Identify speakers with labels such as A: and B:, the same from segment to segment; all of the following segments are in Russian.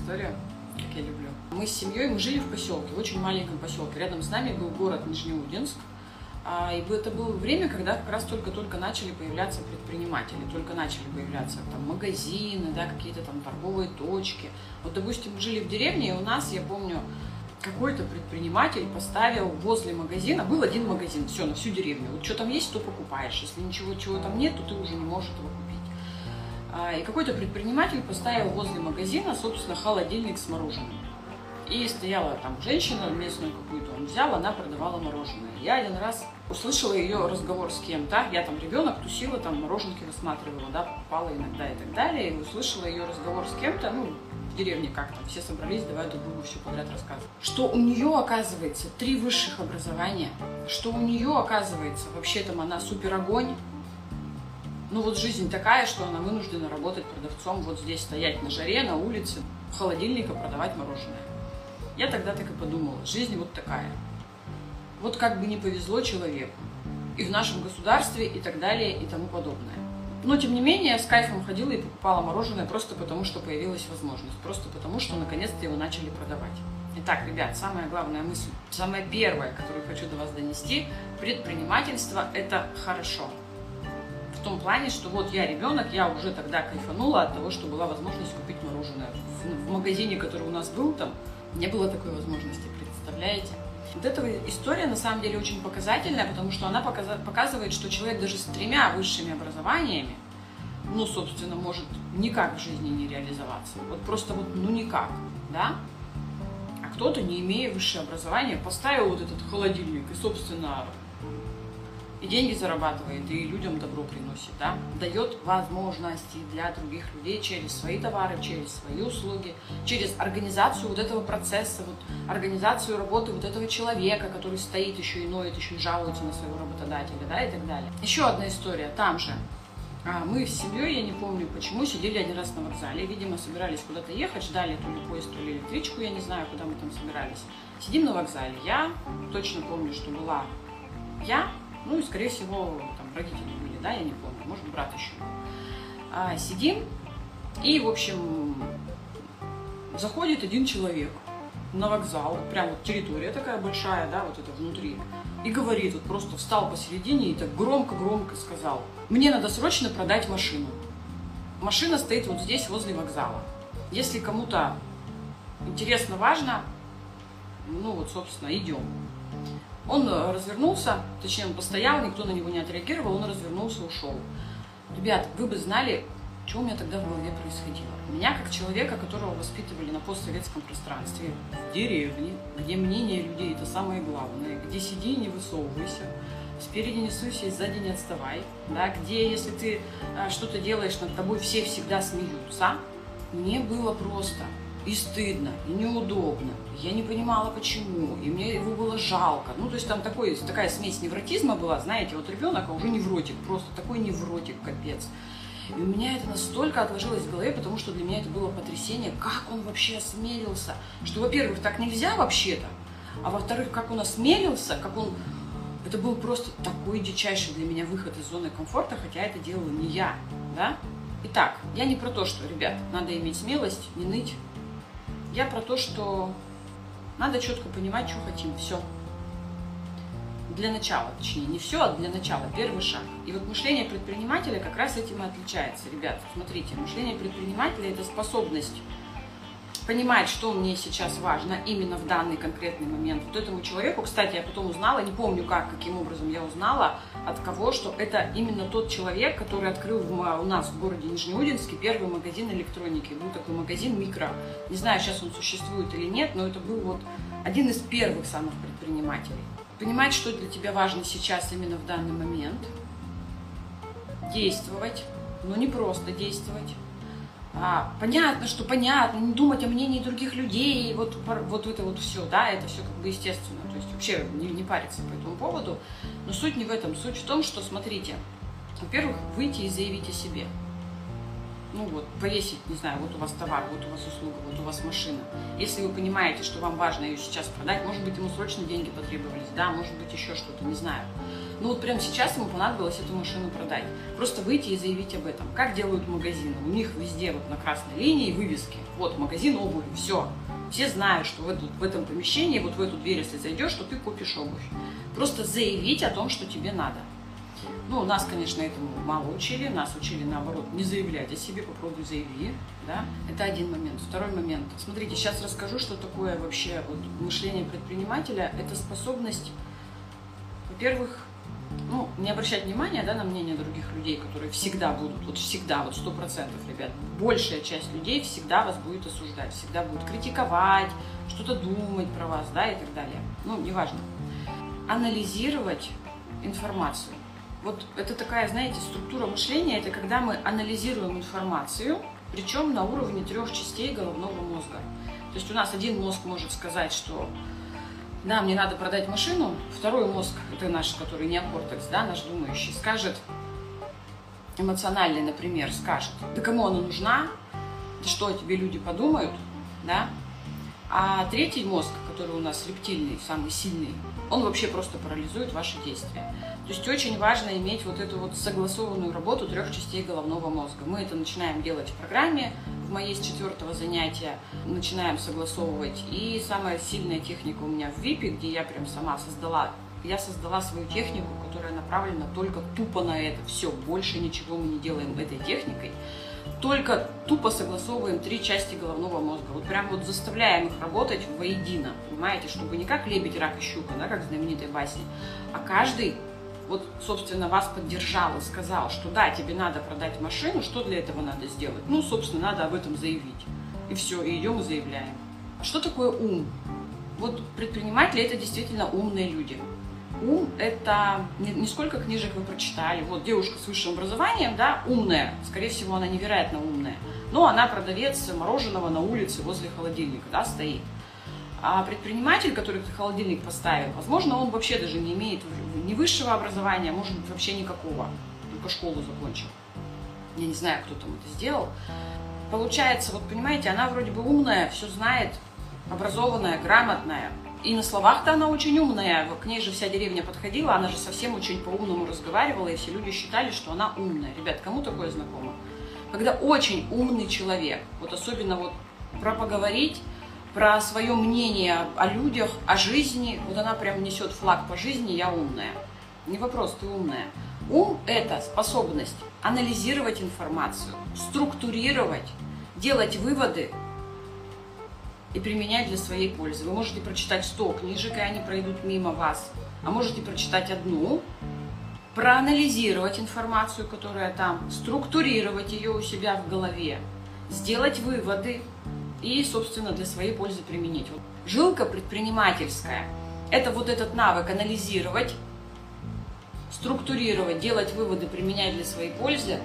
A: историю, как я люблю. Мы с семьей, мы жили в поселке, в очень маленьком поселке. Рядом с нами был город Нижнеудинск. И это было время, когда как раз только-только начали появляться предприниматели, только начали появляться там магазины, да, какие-то там торговые точки. Вот, допустим, мы жили в деревне, и у нас, я помню, какой-то предприниматель поставил возле магазина, был один магазин, все, на всю деревню. Вот что там есть, то покупаешь. Если ничего, чего там нет, то ты уже не можешь этого купить. И какой-то предприниматель поставил возле магазина, собственно, холодильник с мороженым. И стояла там женщина, местную какую-то он взял, она продавала мороженое. Я один раз услышала ее разговор с кем-то, я там ребенок, тусила, там мороженки рассматривала, да, покупала иногда и так далее, и услышала ее разговор с кем-то, ну, в деревне как-то, все собрались, давай друг другу все подряд рассказывать. Что у нее, оказывается, 3 высших образования, что у нее, оказывается, вообще там она супер огонь. Ну вот жизнь такая, что она вынуждена работать продавцом, вот здесь стоять на жаре, на улице, в холодильнике продавать мороженое. Я тогда так и подумала, жизнь вот такая. Вот как бы не повезло человеку. И в нашем государстве, и так далее, и тому подобное. Но, тем не менее, я с кайфом ходила и покупала мороженое просто потому, что появилась возможность. Просто потому, что наконец-то его начали продавать. Итак, ребят, самая главная мысль, самая первая, которую хочу до вас донести, предпринимательство – это хорошо. В том плане, что вот я ребенок, я уже тогда кайфанула от того, что была возможность купить мороженое. В магазине, который у нас был там, не было такой возможности, представляете? Вот эта история на самом деле очень показательная, потому что она показывает, что человек даже с 3 высшими образованиями, ну, собственно, может никак в жизни не реализоваться. Вот просто вот, ну, никак, да? А кто-то, не имея высшее образование, поставил вот этот холодильник и, собственно, и деньги зарабатывает, и людям добро приносит, да, дает возможности для других людей через свои товары, через свои услуги, через организацию вот этого процесса, вот, организацию работы вот этого человека, который стоит еще и ноет, еще и жалуется на своего работодателя, да, и так далее. Еще одна история, там же. Мы с семьей, я не помню почему, сидели один раз на вокзале, видимо, собирались куда-то ехать, ждали то ли поезд, то ли электричку, я не знаю, куда мы там собирались. Сидим на вокзале, я точно помню, что была я, ну и, скорее всего, там родители были, да, я не помню, может, брат еще. Сидим, и, в общем, заходит один человек на вокзал, прям вот территория такая большая, да, вот это внутри, и говорит, вот просто встал посередине и так громко-громко сказал: мне надо срочно продать машину. Машина стоит вот здесь, возле вокзала. Если кому-то интересно, важно, ну вот, собственно, идем. Он развернулся, точнее, он постоял, никто на него не отреагировал, он развернулся, ушел. Ребят, вы бы знали, что у меня тогда в голове происходило. Меня, как человека, которого воспитывали на постсоветском пространстве, в деревне, где мнение людей – это самое главное, где сиди и не высовывайся, спереди не суйся и сзади не отставай, да, где, если ты что-то делаешь, над тобой все всегда смеются, мне было просто и стыдно, и неудобно. Я не понимала, почему, и мне его было жалко. Ну, то есть там такая смесь невротизма была, знаете, вот ребенок, а уже невротик, просто такой невротик, капец. И у меня это настолько отложилось в голове, потому что для меня это было потрясение, как он вообще осмелился. Что, во-первых, так нельзя вообще-то, а во-вторых, как он осмелился, как он... Это был просто такой дичайший для меня выход из зоны комфорта, хотя это делала не я, да? Итак, я не про то, что, ребят, надо иметь смелость, не ныть. Я про то, что надо четко понимать, что хотим. Все. Для начала, точнее, не все, а для начала, первый шаг. И вот мышление предпринимателя как раз этим и отличается. Ребята, смотрите, мышление предпринимателя – это способность понимать, что мне сейчас важно именно в данный конкретный момент. Вот этому человеку, кстати, я потом узнала, не помню каким образом я узнала, от кого, что это именно тот человек, который открыл у нас в городе Нижнеудинске первый магазин электроники. Был такой магазин «Микро». Не знаю, сейчас он существует или нет, но это был вот один из первых самых предпринимателей. Понимать, что для тебя важно сейчас именно в данный момент. Действовать, но не просто действовать. Понятно, что понятно, не думать о мнении других людей, вот это вот все, да, это все как бы естественно, то есть вообще не париться по этому поводу, но суть не в этом, суть в том, что, смотрите, во-первых, выйти и заявить о себе, ну вот, повесить, не знаю, вот у вас товар, вот у вас услуга, вот у вас машина, если вы понимаете, что вам важно ее сейчас продать, может быть, ему срочно деньги потребовались, да, может быть, еще что-то, не знаю, Ну вот прямо сейчас ему понадобилось эту машину продать. Просто выйти и заявить об этом. Как делают магазины? У них везде вот на красной линии вывески. Вот магазин обуви, все. Все знают, что в этом помещении, вот в эту дверь, если зайдешь, что ты купишь обувь. Просто заявить о том, что тебе надо. Ну, нас, конечно, этому мало учили, нас учили, наоборот, не заявлять о себе, попробуй заяви, да. Это один момент. Второй момент. Смотрите, сейчас расскажу, что такое вообще вот мышление предпринимателя. Это способность, во-первых, ну, не обращать внимания, да, на мнение других людей, которые всегда будут, вот 100%, ребят, большая часть людей всегда вас будет осуждать, всегда будет критиковать, что-то думать про вас, да, и так далее. Ну, неважно. Анализировать информацию. Вот это такая, знаете, структура мышления, это когда мы анализируем информацию, причем на уровне 3 частей головного мозга. То есть у нас один мозг может сказать, что да, мне надо продать машину, второй мозг, это наш, который неокортекс, да, наш думающий, скажет, эмоциональный, например, скажет, да кому она нужна, да что о тебе люди подумают, да, а третий мозг, который у нас рептильный, самый сильный, он вообще просто парализует ваши действия. То есть очень важно иметь вот эту вот согласованную работу 3 частей головного мозга. Мы это начинаем делать в программе, в моей с 4-го занятия, начинаем согласовывать. И самая сильная техника у меня в ВИПе, где я прям сама создала. Я создала свою технику, которая направлена только тупо на это. Все, больше ничего мы не делаем этой техникой. Только тупо согласовываем 3 части головного мозга. Вот прям вот заставляем их работать воедино, понимаете, чтобы не как лебедь, рак и щука, да, как в знаменитой басне, а каждый вот, собственно, вас поддержал и сказал, что да, тебе надо продать машину, что для этого надо сделать? Ну, собственно, надо об этом заявить. И все, и идем и заявляем. А что такое ум? Вот предприниматели – это действительно умные люди. Ум – это не сколько книжек вы прочитали. Вот девушка с высшим образованием, да, умная, скорее всего, она невероятно умная, но она продавец мороженого на улице возле холодильника, да, стоит. А предприниматель, который холодильник поставил, возможно, он вообще даже не имеет ни высшего образования, может быть, вообще никакого, только школу закончил. Я не знаю, кто там это сделал. Получается, вот понимаете, она вроде бы умная, все знает, образованная, грамотная. И на словах-то она очень умная, к ней же вся деревня подходила, она же совсем очень по-умному разговаривала, и все люди считали, что она умная. Ребят, кому такое знакомо? Когда очень умный человек, вот особенно вот про поговорить, про свое мнение о людях, о жизни, вот она прям несет флаг по жизни, я умная. Не вопрос, ты умная. Ум – это способность анализировать информацию, структурировать, делать выводы и применять для своей пользы. Вы можете прочитать 100 книжек, и они пройдут мимо вас, а можете прочитать одну, проанализировать информацию, которая там, структурировать ее у себя в голове, сделать выводы и, собственно, для своей пользы применить. Вот. Жилка предпринимательская – это вот этот навык анализировать, структурировать, делать выводы, применять для своей пользы,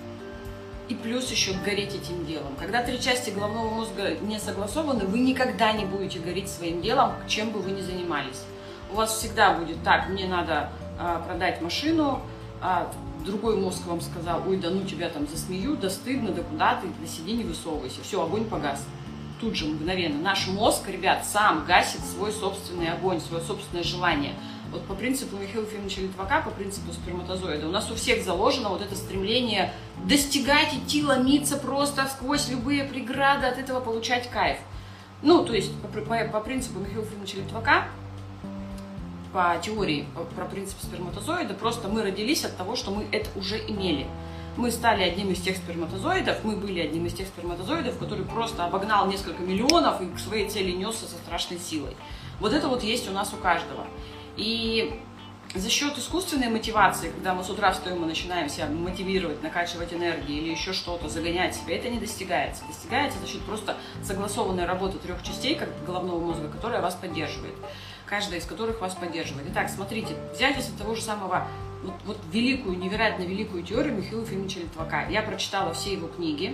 A: и плюс еще гореть этим делом. Когда 3 части головного мозга не согласованы, вы никогда не будете гореть своим делом, чем бы вы ни занимались. У вас всегда будет так, мне надо продать машину, а другой мозг вам сказал, ой, да ну тебя там засмеют, да стыдно, да куда ты, да сиди, не высовывайся. Все, огонь погас. Тут же мгновенно. Наш мозг, ребят, сам гасит свой собственный огонь, свое собственное желание. Вот по принципу Михаила Ефимовича Литвака, по принципу сперматозоида, у нас у всех заложено вот это стремление достигать, идти, ломиться просто сквозь любые преграды, от этого получать кайф. Ну, то есть по принципу Михаила Ефимовича Литвака, по теории, про принцип сперматозоида, просто мы родились от того, что мы это уже имели. Мы стали одним из тех сперматозоидов, мы были одним из тех сперматозоидов, который просто обогнал несколько миллионов и к своей цели несся со страшной силой. Вот это вот есть у нас у каждого. И за счет искусственной мотивации, когда мы с утра встаем и начинаем себя мотивировать, накачивать энергией или еще что-то, загонять себя, это не достигается. Достигается за счет просто согласованной работы 3 частей как головного мозга, которая вас поддерживает. Каждая из которых вас поддерживает. Итак, смотрите, взять из того же самого, вот великую, невероятно великую теорию Михаила Ефимовича Литвака. Я прочитала все его книги.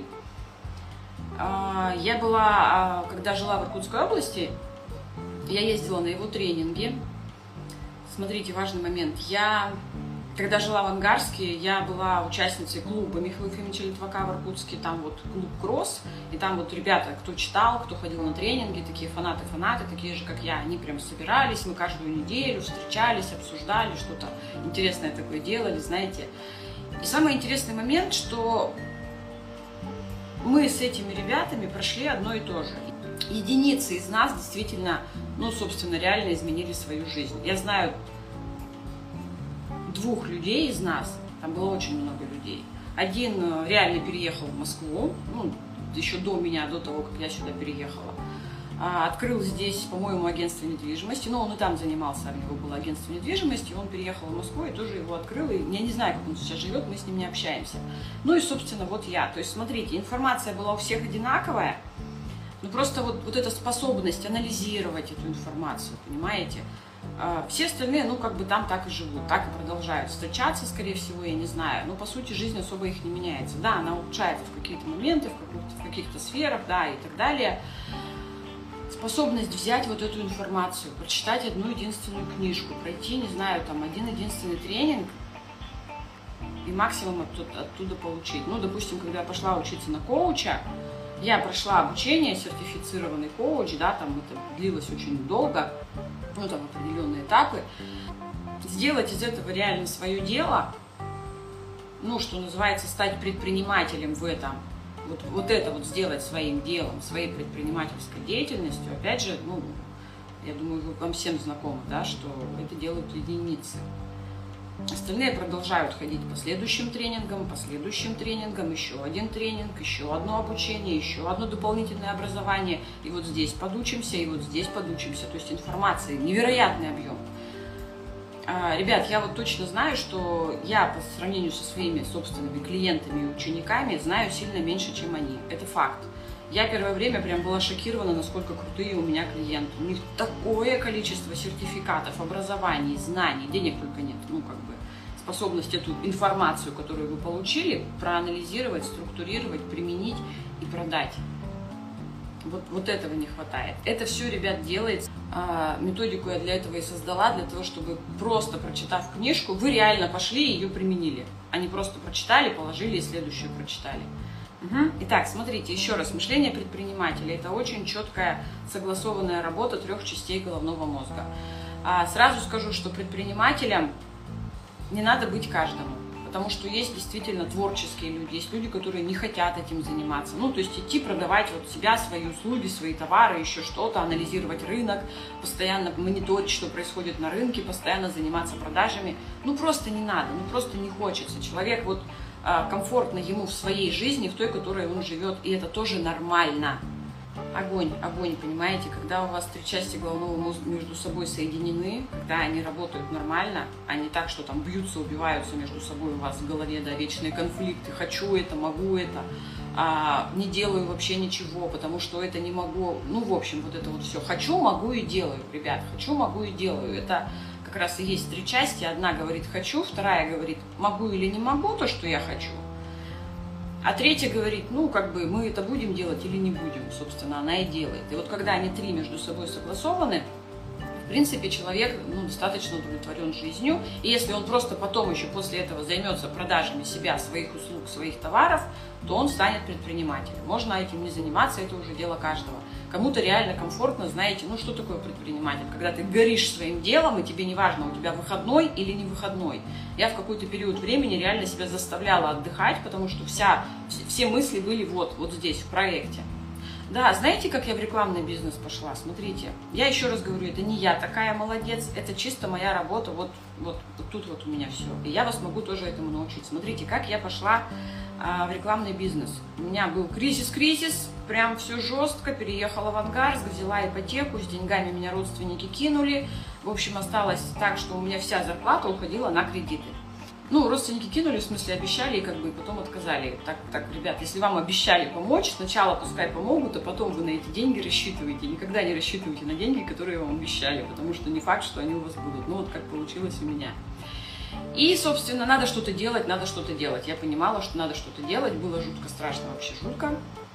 A: Я была, когда жила в Иркутской области, я ездила на его тренинги. Смотрите, важный момент. Я Когда жила в Ангарске, я была участницей клуба Михаила Ефимовича Литвака в Иркутске, там вот клуб «Кросс», и там вот ребята, кто читал, кто ходил на тренинги, такие фанаты-фанаты, такие же, как я, они прям собирались, мы каждую неделю встречались, обсуждали, что-то интересное такое делали, знаете. И самый интересный момент, что мы с этими ребятами прошли одно и то же. Единицы из нас действительно, ну, собственно, реально изменили свою жизнь. Я знаю 2 людей из нас, там было очень много людей. Один реально переехал в Москву, ну, еще до меня, до того, как я сюда переехала. Открыл здесь, по-моему, агентство недвижимости, но он и там занимался, у него было агентство недвижимости, он переехал в Москву и тоже его открыл, и я не знаю, как он сейчас живет, мы с ним не общаемся. Ну и, собственно, вот я. То есть, смотрите, информация была у всех одинаковая, но просто вот эта способность анализировать эту информацию, понимаете? Все остальные, ну, как бы там так и живут, так и продолжают встречаться, скорее всего, я не знаю. Но, по сути, жизнь особо их не меняется. Да, она улучшается в какие-то моменты, в каких-то сферах, да, и так далее. Способность взять вот эту информацию, прочитать одну единственную книжку, пройти, не знаю, там, один единственный тренинг и максимум оттуда получить. Ну, допустим, когда я пошла учиться на коуча, я прошла обучение, сертифицированный коуч, да, там это длилось очень долго, ну, там определенные этапы. Сделать из этого реально свое дело, ну, что называется, стать предпринимателем в этом, вот это вот сделать своим делом, своей предпринимательской деятельностью, опять же, ну, я думаю, вам всем знакомо, да, что это делают единицы. Остальные продолжают ходить по следующим тренингам, еще один тренинг, еще одно обучение, еще одно дополнительное образование. И вот здесь подучимся, и вот здесь подучимся. То есть информации невероятный объем. Ребят, я вот точно знаю, что я по сравнению со своими собственными клиентами и учениками знаю сильно меньше, чем они. Это факт. Я первое время прям была шокирована, насколько крутые у меня клиенты. У них такое количество сертификатов, образований, знаний, денег только нет. Ну, как бы, способность эту информацию, которую вы получили, проанализировать, структурировать, применить и продать. Вот этого не хватает. Это все, ребят, делается. Методику я для этого и создала, для того, чтобы просто прочитав книжку, вы реально пошли и ее применили. А не просто прочитали, положили и следующую прочитали. Итак, смотрите, еще раз, мышление предпринимателя – это очень четкая, согласованная работа 3 частей головного мозга. Сразу скажу, что предпринимателям не надо быть каждому, потому что есть действительно творческие люди, есть люди, которые не хотят этим заниматься. Ну, то есть идти продавать вот себя, свои услуги, свои товары, еще что-то, анализировать рынок, постоянно мониторить, что происходит на рынке, постоянно заниматься продажами. Ну, просто не надо, ну, просто не хочется. Человек вот комфортно ему в своей жизни, в той, которой он живет, и это тоже нормально. Огонь, понимаете, когда у вас 3 части головного мозга между собой соединены, когда они работают нормально, а не так, что там бьются, убиваются между собой у вас в голове, да, вечные конфликты, хочу это, могу это, не делаю вообще ничего, потому что это не могу, ну, в общем, вот это вот все, хочу, могу и делаю, ребят, хочу, могу и делаю, это как раз и есть 3 части, одна говорит хочу, вторая говорит могу или не могу то, что я хочу, а третья говорит, ну, как бы мы это будем делать или не будем, собственно, она и делает. И вот когда они 3 между собой согласованы, в принципе, человек, ну, достаточно удовлетворен жизнью, и если он просто потом еще после этого займется продажами себя, своих услуг, своих товаров, то он станет предпринимателем. Можно этим не заниматься, это уже дело каждого. Кому-то реально комфортно, знаете, ну что такое предприниматель? Когда ты горишь своим делом, и тебе не важно, у тебя выходной или не выходной. Я в какой-то период времени реально себя заставляла отдыхать, потому что все мысли были вот здесь, в проекте. Да, знаете, как я в рекламный бизнес пошла? Смотрите, я еще раз говорю, это не я такая молодец, это чисто моя работа, вот тут вот у меня все. И я вас могу тоже этому научить. Смотрите, как я пошла в рекламный бизнес. У меня был кризис, прям все жестко, переехала в Ангарск, взяла ипотеку, с деньгами меня родственники кинули. В общем, осталось так, что у меня вся зарплата уходила на кредиты. Ну, родственники кинули, в смысле обещали, и как бы потом отказали. Так, ребят, если вам обещали помочь, сначала пускай помогут, а потом вы на эти деньги рассчитываете. Никогда не рассчитывайте на деньги, которые вам обещали, потому что не факт, что они у вас будут. Ну, вот как получилось у меня. И, собственно, надо что-то делать, Я понимала, что надо что-то делать, было жутко страшно, вообще жутко.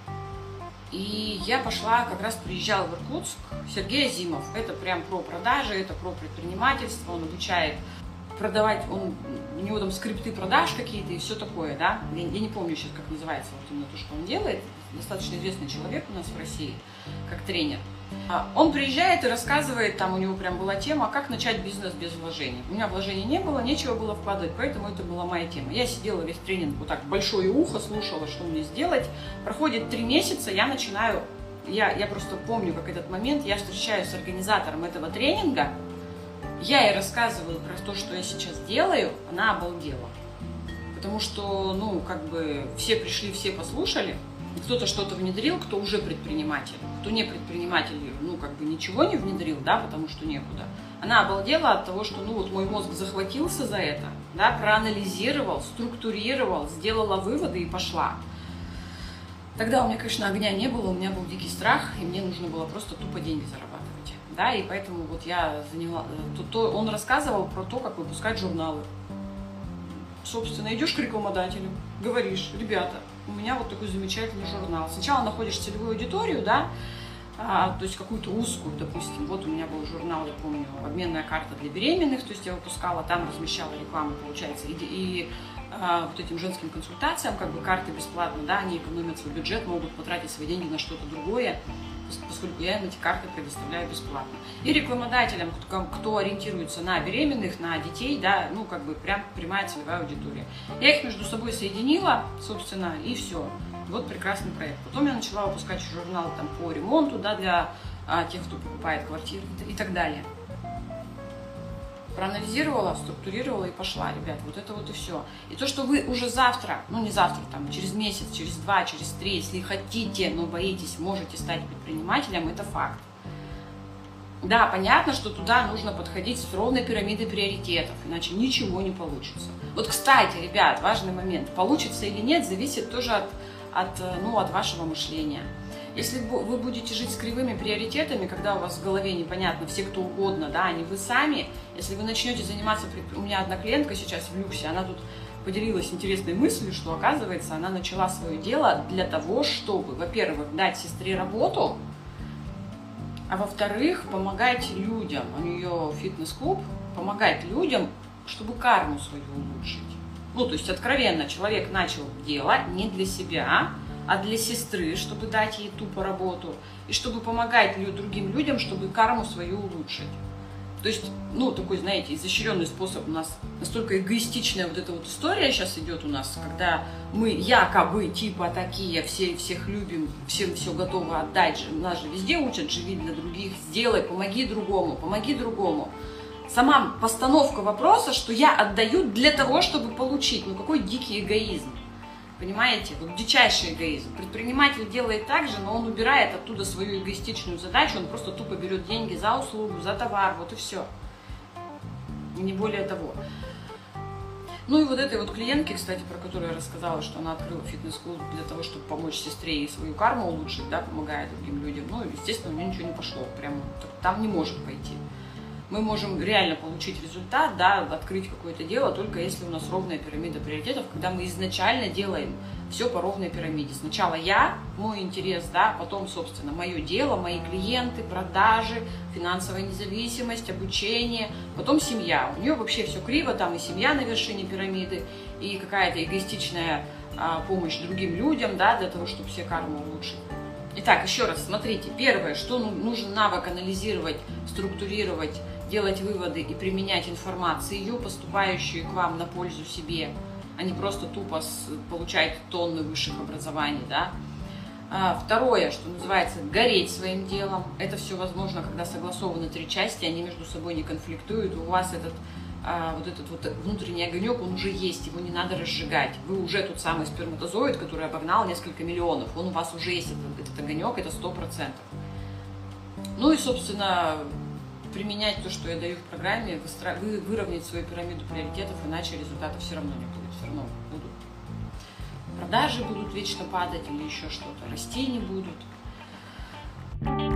A: И я пошла, как раз приезжал в Иркутск Сергей Азимов. Это прям про продажи, это про предпринимательство, он обучает продавать, у него там скрипты продаж какие-то и все такое, да. Я не помню сейчас, как называется вот именно то, что он делает. Достаточно известный человек у нас в России, как тренер. Он приезжает и рассказывает, там у него прям была тема, как начать бизнес без вложений. У меня вложений не было, нечего было вкладывать, поэтому это была моя тема. Я сидела весь тренинг вот так, большое ухо, слушала, что мне сделать. Проходит 3 месяца, я начинаю, я просто помню, как этот момент, я встречаюсь с организатором этого тренинга, я ей рассказываю про то, что я сейчас делаю, она обалдела. Потому что, ну, как бы, все пришли, все послушали, кто-то что-то внедрил, кто уже предприниматель, кто не предприниматель, ну, как бы ничего не внедрил, да, потому что некуда. Она обалдела от того, что, ну, вот мой мозг захватился за это, да, проанализировал, структурировал, сделала выводы и пошла. Тогда у меня, конечно, огня не было, у меня был дикий страх, и мне нужно было просто тупо деньги зарабатывать, да, и поэтому вот я заняла, он рассказывал про то, как выпускать журналы. Собственно, идешь к рекламодателю, говоришь: ребята, у меня вот такой замечательный журнал. Сначала находишь целевую аудиторию, да, то есть какую-то узкую, допустим. Вот у меня был журнал, я помню, «Обменная карта для беременных», то есть я выпускала, там размещала рекламу, получается, и вот этим женским консультациям, как бы карты бесплатно, да, они экономят свой бюджет, могут потратить свои деньги на что-то другое, поскольку я им эти карты предоставляю бесплатно. И рекламодателям, кто ориентируется на беременных, на детей, да, ну, как бы прям прямая целевая аудитория. Я их между собой соединила, собственно, и все. Вот прекрасный проект. Потом я начала выпускать журнал там по ремонту, да, для тех, кто покупает квартиры и так далее. Проанализировала, структурировала и пошла, ребят, вот это вот и все. И то, что вы уже завтра, ну не завтра, там, через месяц, через 2, через 3, если хотите, но боитесь, можете стать предпринимателем, это факт. Да, понятно, что туда нужно подходить с ровной пирамидой приоритетов, иначе ничего не получится. Вот, кстати, ребят, важный момент, получится или нет, зависит тоже от вашего мышления. Если вы будете жить с кривыми приоритетами, когда у вас в голове непонятно все кто угодно, да, а не вы сами, если вы начнете заниматься... У меня одна клиентка сейчас в люксе, она тут поделилась интересной мыслью, что, оказывается, она начала свое дело для того, чтобы, во-первых, дать сестре работу, а во-вторых, помогать людям. У нее фитнес-клуб, помогать людям, чтобы карму свою улучшить. Ну, то есть, откровенно, человек начал дело не для себя, а для сестры, чтобы дать ей тупо работу, и чтобы помогать другим людям, чтобы карму свою улучшить. То есть, ну, такой, знаете, изощренный способ у нас, настолько эгоистичная вот эта вот история сейчас идет у нас, когда мы якобы типа такие, всех любим, всем все готовы отдать, нас же везде учат, живи для других, сделай, помоги другому, помоги другому. Сама постановка вопроса, что я отдаю для того, чтобы получить, ну какой дикий эгоизм. Понимаете, вот дичайший эгоизм. Предприниматель делает так же, но он убирает оттуда свою эгоистичную задачу, он просто тупо берет деньги за услугу, за товар, вот и все. И не более того. Ну и вот этой вот клиентке, кстати, про которую я рассказала, что она открыла фитнес-клуб для того, чтобы помочь сестре и свою карму улучшить, да, помогая другим людям, ну, естественно, у нее ничего не пошло, прям там не может пойти. Мы можем реально получить результат, да, открыть какое-то дело, только если у нас ровная пирамида приоритетов, когда мы изначально делаем все по ровной пирамиде. Сначала я, мой интерес, да, потом, собственно, мое дело, мои клиенты, продажи, финансовая независимость, обучение, потом семья. У нее вообще все криво, там и семья на вершине пирамиды, и какая-то эгоистичная помощь другим людям, да, для того, чтобы все карму улучшить. Итак, еще раз, смотрите, первое, что нужен навык анализировать, структурировать, делать выводы и применять информацию, поступающую к вам на пользу себе, а не просто тупо получать тонны высших образований, да. Второе, что называется, гореть своим делом. Это все возможно, когда согласованы 3 части, они между собой не конфликтуют, у вас этот внутренний огонек, он уже есть, его не надо разжигать. Вы уже тот самый сперматозоид, который обогнал несколько миллионов, он у вас уже есть, этот огонек, это 100%. Ну и, собственно, применять то, что я даю в программе, выровнять свою пирамиду приоритетов, иначе результата все равно не будет, все равно будут. Продажи будут вечно падать или еще что-то, расти не будут.